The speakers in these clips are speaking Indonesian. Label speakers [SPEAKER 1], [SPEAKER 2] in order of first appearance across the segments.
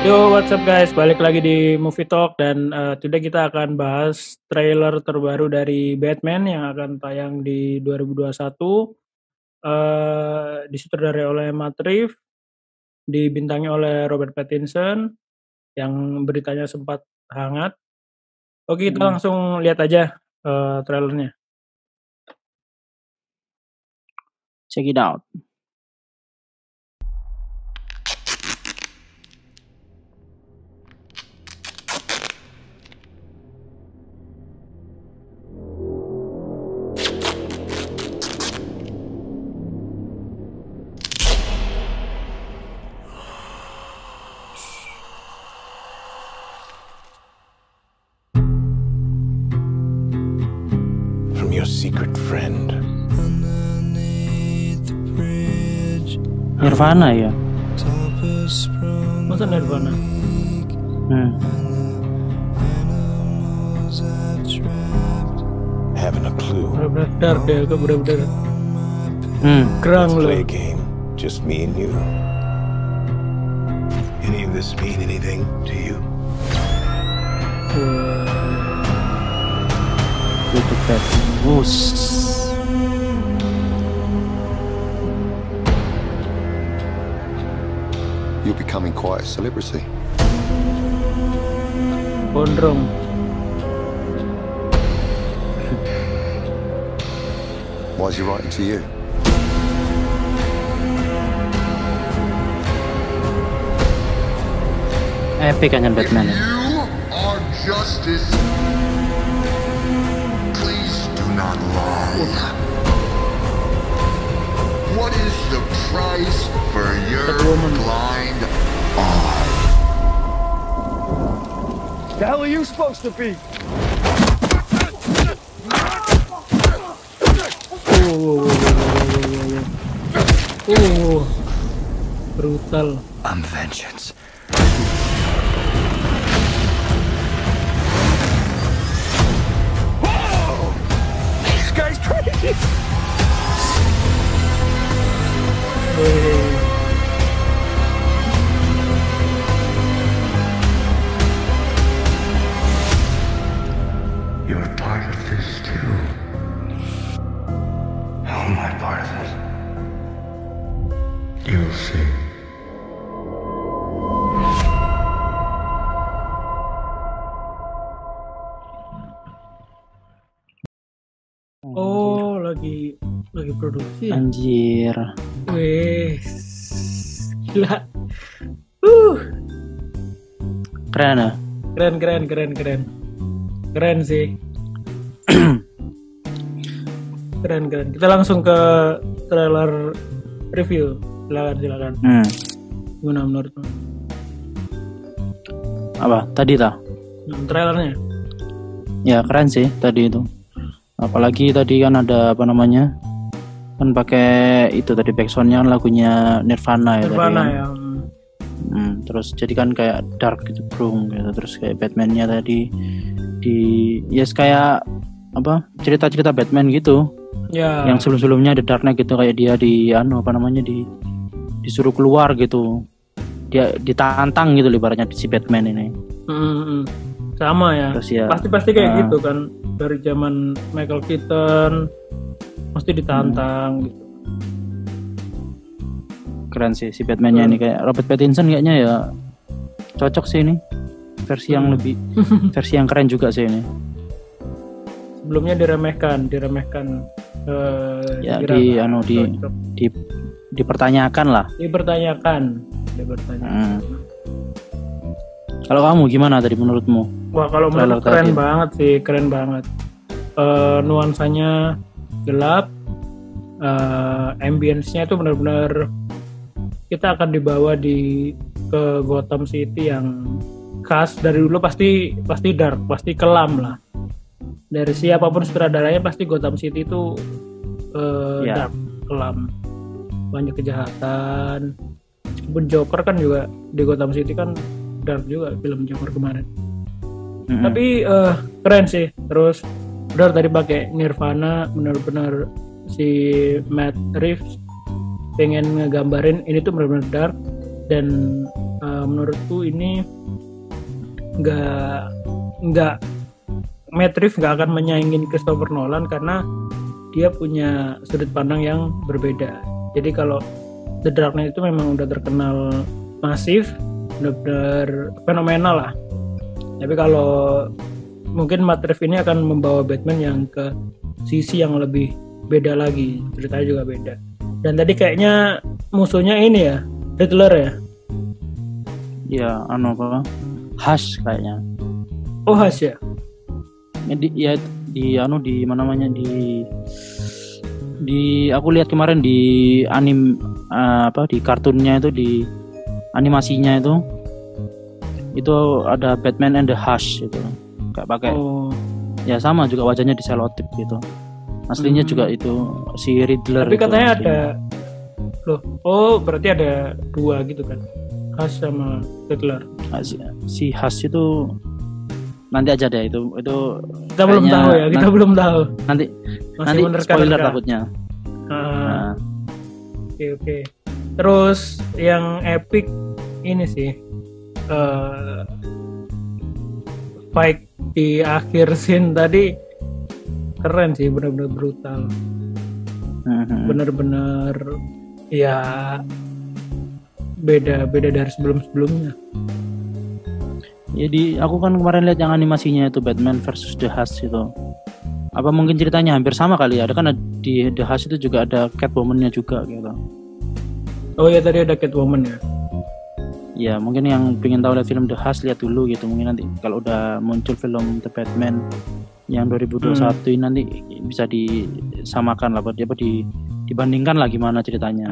[SPEAKER 1] Yo, what's up guys? Balik lagi di Movie Talk dan today kita akan bahas trailer terbaru dari Batman yang akan tayang di 2021. Disutradarai oleh Matt Reeves, dibintangi oleh Robert Pattinson yang beritanya sempat hangat. Oke, kita langsung lihat aja trailernya.
[SPEAKER 2] Check it out.
[SPEAKER 3] From your secret friend.
[SPEAKER 2] Nirvana ya?
[SPEAKER 1] Masa Nirvana?
[SPEAKER 3] Haven't a clue.
[SPEAKER 1] Bener-bener dark deh, kok bener-bener kerang loh.
[SPEAKER 3] Play a game, just me and you. Any of this mean anything to you?
[SPEAKER 2] Itu bagus.
[SPEAKER 4] You're becoming quite a celebrity.
[SPEAKER 1] Gondrong.
[SPEAKER 4] Why is he writing to you?
[SPEAKER 2] Epic kan Batman.
[SPEAKER 5] You are justice. Please do not lie. What is the price for your blind eye?
[SPEAKER 6] The hell are you supposed to be?
[SPEAKER 1] Brutal.
[SPEAKER 3] I'm vengeance.
[SPEAKER 6] This guy's crazy.
[SPEAKER 5] You're part of this too. How am I part of it? You'll see.
[SPEAKER 1] Oh, lagi produksi ya?
[SPEAKER 2] Anjir.
[SPEAKER 1] Wes, gila.
[SPEAKER 2] Keren ya?
[SPEAKER 1] Keren sih. Keren. Kita langsung ke trailer review. Silakan. Gimana menurutmu?
[SPEAKER 2] Apa? Tadi tah?
[SPEAKER 1] Trailernya?
[SPEAKER 2] Ya keren sih tadi itu. Apalagi tadi kan ada apa namanya? Kan pakai itu tadi backsoundnya kan lagunya Nirvana ya.
[SPEAKER 1] Nirvana
[SPEAKER 2] tadi kan.
[SPEAKER 1] ya.
[SPEAKER 2] Terus jadi kan kayak dark gitu brung gitu. Terus kayak Batman-nya tadi kayak apa? Cerita-cerita Batman gitu.
[SPEAKER 1] Ya.
[SPEAKER 2] Yang sebelum-sebelumnya ada darknya gitu kayak dia disuruh keluar gitu. Dia ditantang gitu ibaratnya si Batman ini.
[SPEAKER 1] Sama ya.
[SPEAKER 2] Terus ya,
[SPEAKER 1] pasti kayak gitu kan, dari zaman Michael Keaton pasti ditantang gitu.
[SPEAKER 2] Keren sih si Batman-nya ini, kayak Robert Pattinson kayaknya ya cocok sih ini. Versi yang lebih versi yang keren juga sih ini.
[SPEAKER 1] Sebelumnya diremehkan
[SPEAKER 2] Ya
[SPEAKER 1] cocok.
[SPEAKER 2] dipertanyakan lah.
[SPEAKER 1] Dipertanyakan.
[SPEAKER 2] Kalau kamu gimana tadi menurutmu?
[SPEAKER 1] Wah, kalau menurut keren banget. Nuansanya gelap, ambience-nya itu benar-benar kita akan dibawa ke Gotham City yang khas dari dulu, pasti dark, pasti kelam lah. Dari siapapun sutradaranya pasti Gotham City itu dark, kelam, banyak kejahatan. Meskipun Joker kan juga di Gotham City kan dark juga, film Joker kemarin. Tapi keren sih. Terus benar tadi pakai Nirvana, benar-benar si Matt Reeves pengen ngegambarin ini tuh benar-benar dark dan menurutku ini nggak Matt Reeves nggak akan menyaingin Christopher Nolan karena dia punya sudut pandang yang berbeda. Jadi kalau The Dark Knight itu memang udah terkenal masif, benar-benar fenomenal lah. Tapi kalau mungkin Matt Reeves ini akan membawa Batman yang ke sisi yang lebih beda lagi, ceritanya juga beda. Dan tadi kayaknya musuhnya ini ya, Riddler ya?
[SPEAKER 2] Ya, apa? Hush kayaknya.
[SPEAKER 1] Oh, Hush ya?
[SPEAKER 2] Di mana namanya di aku lihat kemarin di di kartunnya itu, di animasinya itu ada Batman and the Hush itu. Kayak pakai ya sama juga wajahnya di selotip gitu. Aslinya juga itu si Riddler.
[SPEAKER 1] Tapi katanya
[SPEAKER 2] aslinya.
[SPEAKER 1] ada loh. Berarti ada 2 gitu kan. Hush sama Riddler.
[SPEAKER 2] Si Hush itu nanti aja deh itu
[SPEAKER 1] kita belum tahu ya, belum tahu.
[SPEAKER 2] Nanti spoiler takutnya.
[SPEAKER 1] Oke. Terus yang epic ini sih fight di akhir scene tadi keren sih, benar-benar brutal. Benar-benar ya beda dari sebelumnya.
[SPEAKER 2] Jadi aku kan kemarin lihat yang animasinya itu Batman versus The Hush itu. Apa mungkin ceritanya hampir sama kali ya? Ada kan di The Hush itu juga ada Catwoman-nya juga gitu.
[SPEAKER 1] Oh ya, tadi ada Catwoman ya.
[SPEAKER 2] Ya mungkin yang pengen tahu lihat film The Hush lihat dulu gitu. Mungkin nanti kalau udah muncul film The Batman yang 2021 ini nanti bisa disamakan lah, dibandingkan lah gimana ceritanya.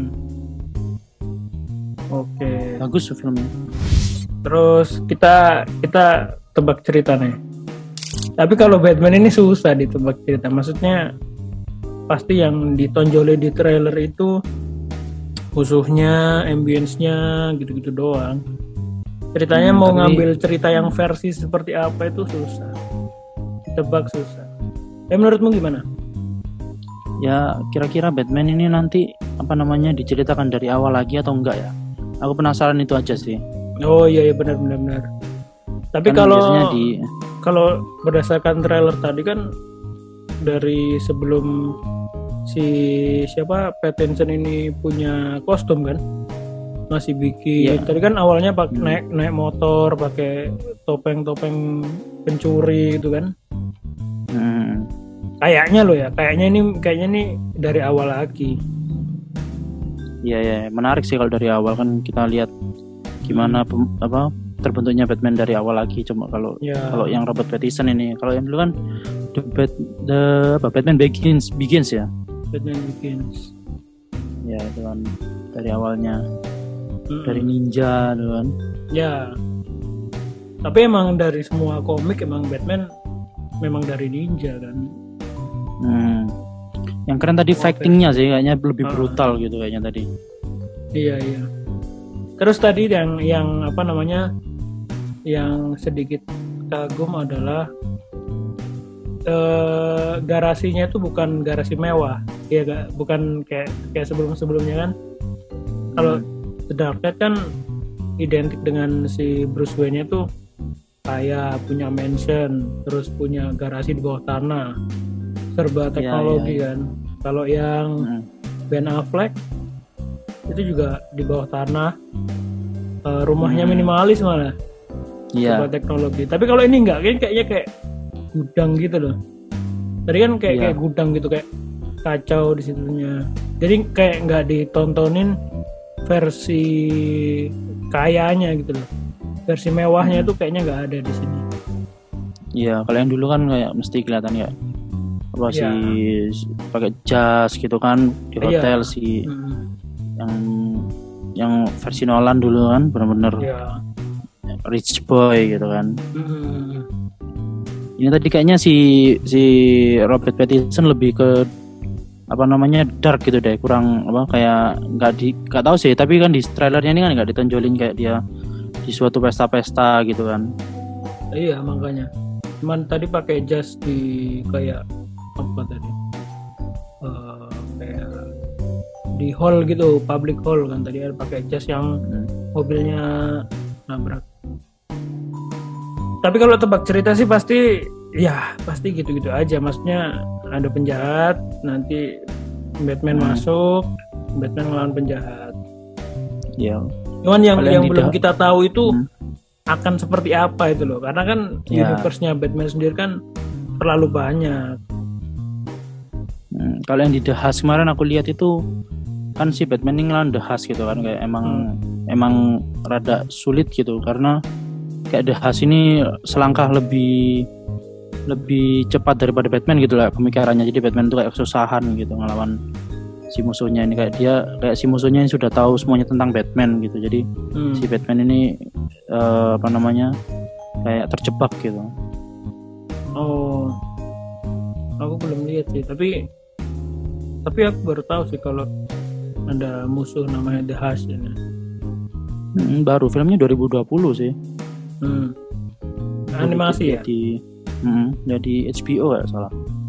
[SPEAKER 1] Oke.
[SPEAKER 2] Bagus tuh filmnya.
[SPEAKER 1] Terus kita tebak cerita nih. Tapi kalau Batman ini susah ditebak cerita. Maksudnya pasti yang ditonjolin di trailer itu musuhnya, ambience-nya gitu-gitu doang. Ceritanya mau ngambil cerita yang versi seperti apa itu susah. Tebak susah. Menurutmu gimana?
[SPEAKER 2] Ya kira-kira Batman ini nanti diceritakan dari awal lagi atau enggak ya? Aku penasaran itu aja sih.
[SPEAKER 1] Oh iya benar. Tapi
[SPEAKER 2] kan
[SPEAKER 1] kalau berdasarkan trailer tadi kan dari sebelum si Pattinson ini punya kostum kan masih bikin. Tadi kan awalnya naik motor pakai topeng pencuri gitu kan. Kayaknya ini dari awal lagi.
[SPEAKER 2] Iya, menarik sih kalau dari awal kan kita lihat gimana terbentuknya Batman dari awal lagi. Cuma kalau yang Robert Pattinson ini, kalau yang dulu kan Batman Begins ya.
[SPEAKER 1] Batman Begins.
[SPEAKER 2] Ya itu kan dari awalnya dari ninja itu kan.
[SPEAKER 1] Ya. Tapi emang dari semua komik emang Batman memang dari ninja kan.
[SPEAKER 2] Yang keren tadi fightingnya sih kayaknya lebih brutal gitu kayaknya tadi.
[SPEAKER 1] Iya. Terus tadi yang yang sedikit kagum adalah garasinya itu bukan garasi mewah, bukan kayak sebelumnya kan. Kalau The Dark Knight kan identik dengan si Bruce Wayne-nya tuh kayak punya mansion, terus punya garasi di bawah tanah, serba teknologi kan. Kalau yang Ben Affleck itu juga di bawah tanah, rumahnya minimalis malah, serba teknologi. Tapi kalau ini enggak, kayaknya kayak gudang gitu loh. Tadi kan kayak gudang gitu, kayak kacau di situnya. Jadi kayak nggak ditontonin versi kayanya gitu loh. Versi mewahnya itu kayaknya nggak ada di sini.
[SPEAKER 2] Iya, kalau yang dulu kan kayak mesti kelihatan ya. Si pakai jas gitu kan di hotel yang versi Nolan dulu kan benar-benar rich boy gitu kan. Ini tadi kayaknya si Robert Pattinson lebih ke dark gitu deh, kurang kayak nggak tahu sih, tapi kan di trailernya ini kan nggak ditonjolin kayak dia di suatu pesta-pesta gitu kan.
[SPEAKER 1] Iya makanya. Cuman tadi pakai jas di kayak kayak di hall gitu, public hall kan, tadi ada pakai jas yang mobilnya nabrak. Tapi kalau tebak cerita sih pasti gitu-gitu aja. Maksudnya ada penjahat, nanti Batman masuk, Batman melawan penjahat.
[SPEAKER 2] Ya.
[SPEAKER 1] Cuman yang belum kita tahu itu akan seperti apa itu loh. Karena kan universe-nya Batman sendiri kan terlalu banyak.
[SPEAKER 2] Kalau yang di The Husk kemarin aku lihat itu kan si Batman ini ngelawan The Husk gitu kan, kayak emang rada sulit gitu, karena kayak The Husk ini selangkah lebih cepat daripada Batman gitu lah pemikirannya. Jadi Batman tuh kayak kesusahan gitu ngelawan si musuhnya ini, kayak si musuhnya ini sudah tahu semuanya tentang Batman gitu. Jadi si Batman ini kayak terjebak gitu.
[SPEAKER 1] Oh, aku belum lihat sih, tapi aku baru tahu sih kalau ada musuh namanya The Husk ini.
[SPEAKER 2] Baru filmnya 2020 sih.
[SPEAKER 1] Animasi ya?
[SPEAKER 2] Jadi HBO nggak salah.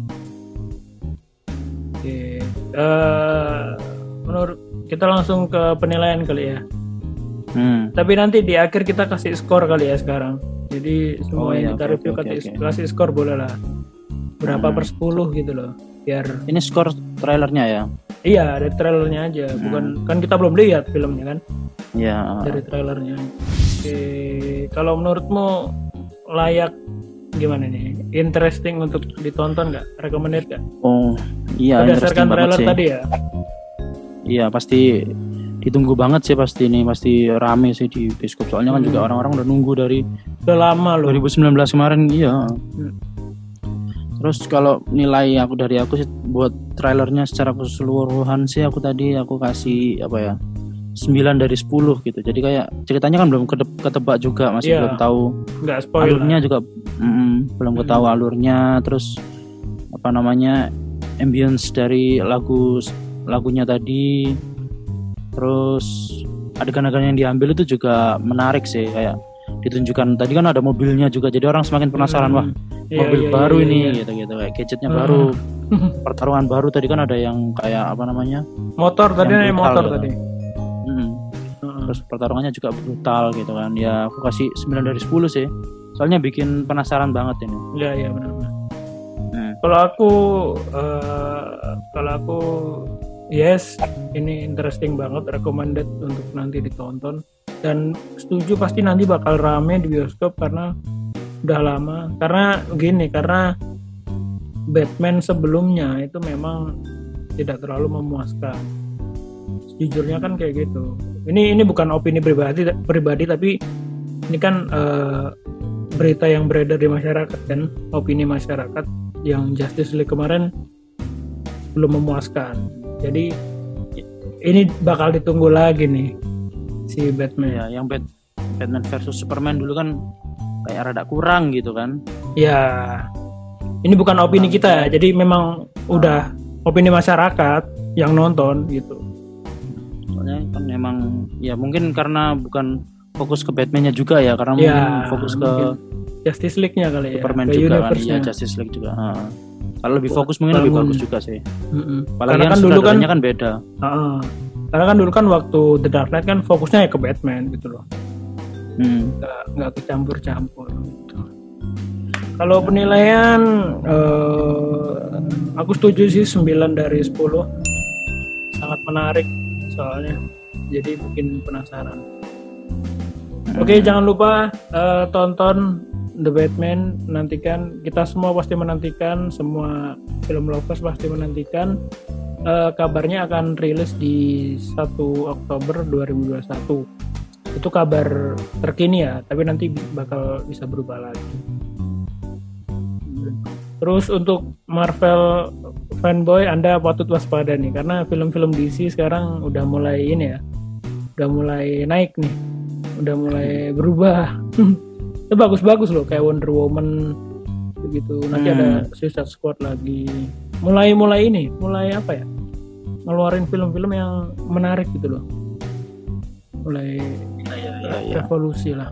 [SPEAKER 1] Oke. Menurut kita langsung ke penilaian kali ya. Tapi nanti di akhir kita kasih skor kali ya sekarang. Jadi semua yang kita review kasih skor boleh lah. Berapa per 10 gitu loh. Biar
[SPEAKER 2] ini skor trailernya ya.
[SPEAKER 1] Iya, dari trailernya aja. Bukan kan kita belum lihat filmnya kan.
[SPEAKER 2] Iya.
[SPEAKER 1] Dari trailernya. Oke, kalau menurutmu layak gimana nih? Interesting untuk ditonton nggak? Recommended nggak?
[SPEAKER 2] Oh iya,
[SPEAKER 1] berdasarkan trailer tadi ya?
[SPEAKER 2] Iya, pasti ditunggu banget sih, pasti rame sih di bioskop. Soalnya kan juga orang-orang udah nunggu dari
[SPEAKER 1] udah lama loh.
[SPEAKER 2] 2019 kemarin, iya. Terus kalau nilai aku sih buat trailernya secara keseluruhan sih aku kasih 9 dari 10 gitu. Jadi kayak ceritanya kan belum ketebak juga, masih belum tahu alurnya juga, belum ketahui alurnya. Terus ambience dari lagunya tadi, terus adegan-adegan yang diambil itu juga menarik sih, kayak ditunjukkan tadi kan ada mobilnya juga, jadi orang semakin penasaran mobil baru ini gitu kayak gadgetnya baru, pertarungan baru tadi kan ada yang kayak
[SPEAKER 1] motor tadi
[SPEAKER 2] brutal,
[SPEAKER 1] motor
[SPEAKER 2] gitu.
[SPEAKER 1] Tadi
[SPEAKER 2] terus pertarungannya juga brutal gitu kan ya. Aku kasih 9 dari 10 sih, soalnya bikin penasaran banget ini.
[SPEAKER 1] Iya benar. Kalau aku yes, ini interesting banget, recommended untuk nanti ditonton, dan setuju pasti nanti bakal rame di bioskop karena udah lama. Karena Batman sebelumnya itu memang tidak terlalu memuaskan. Sejujurnya kan kayak gitu. Ini bukan opini pribadi tapi ini kan berita yang beredar di masyarakat kan, opini masyarakat yang Justice League kemarin belum memuaskan. Jadi ini bakal ditunggu lagi nih si Batman.
[SPEAKER 2] Ya, yang Batman versus Superman dulu kan kayak rada kurang gitu kan.
[SPEAKER 1] Ya, ini bukan opini kita ya. Jadi memang udah opini masyarakat yang nonton gitu.
[SPEAKER 2] Soalnya kan memang ya mungkin karena bukan fokus ke Batman-nya juga ya, karena mungkin fokus ke
[SPEAKER 1] Justice League-nya kali ya.
[SPEAKER 2] Superman juga kan, ya Justice League juga. Kalau lebih fokus mungkin lebih bagus juga sih. Apalagi kan dulu kan beda.
[SPEAKER 1] Karena kan dulu kan waktu The Dark Knight kan fokusnya ya ke Batman gitu loh. Nggak kecampur-campur gitu. Kalau penilaian aku setuju sih 9 dari 10. Sangat menarik soalnya, jadi bikin penasaran. Oke, jangan lupa tonton The Batman, nantikan, kita semua pasti menantikan, semua film lovers pasti menantikan. Kabarnya akan rilis di 1 Oktober 2021. Itu kabar terkini ya, tapi nanti bakal bisa berubah lagi. Terus untuk Marvel fanboy, Anda patut waspada nih, karena film-film DC sekarang udah mulai udah mulai naik nih, udah mulai berubah. Itu bagus-bagus loh, kayak Wonder Woman begitu. Nanti ada Suicide Squad lagi. Mulai ngeluarin film-film yang menarik gitu loh. Mulai revolusi lah.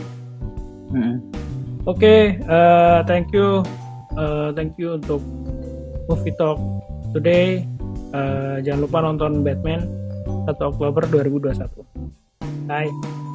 [SPEAKER 1] Oke, thank you untuk Movie Talk today. Jangan lupa nonton Batman 1 Oktober 2021. Bye.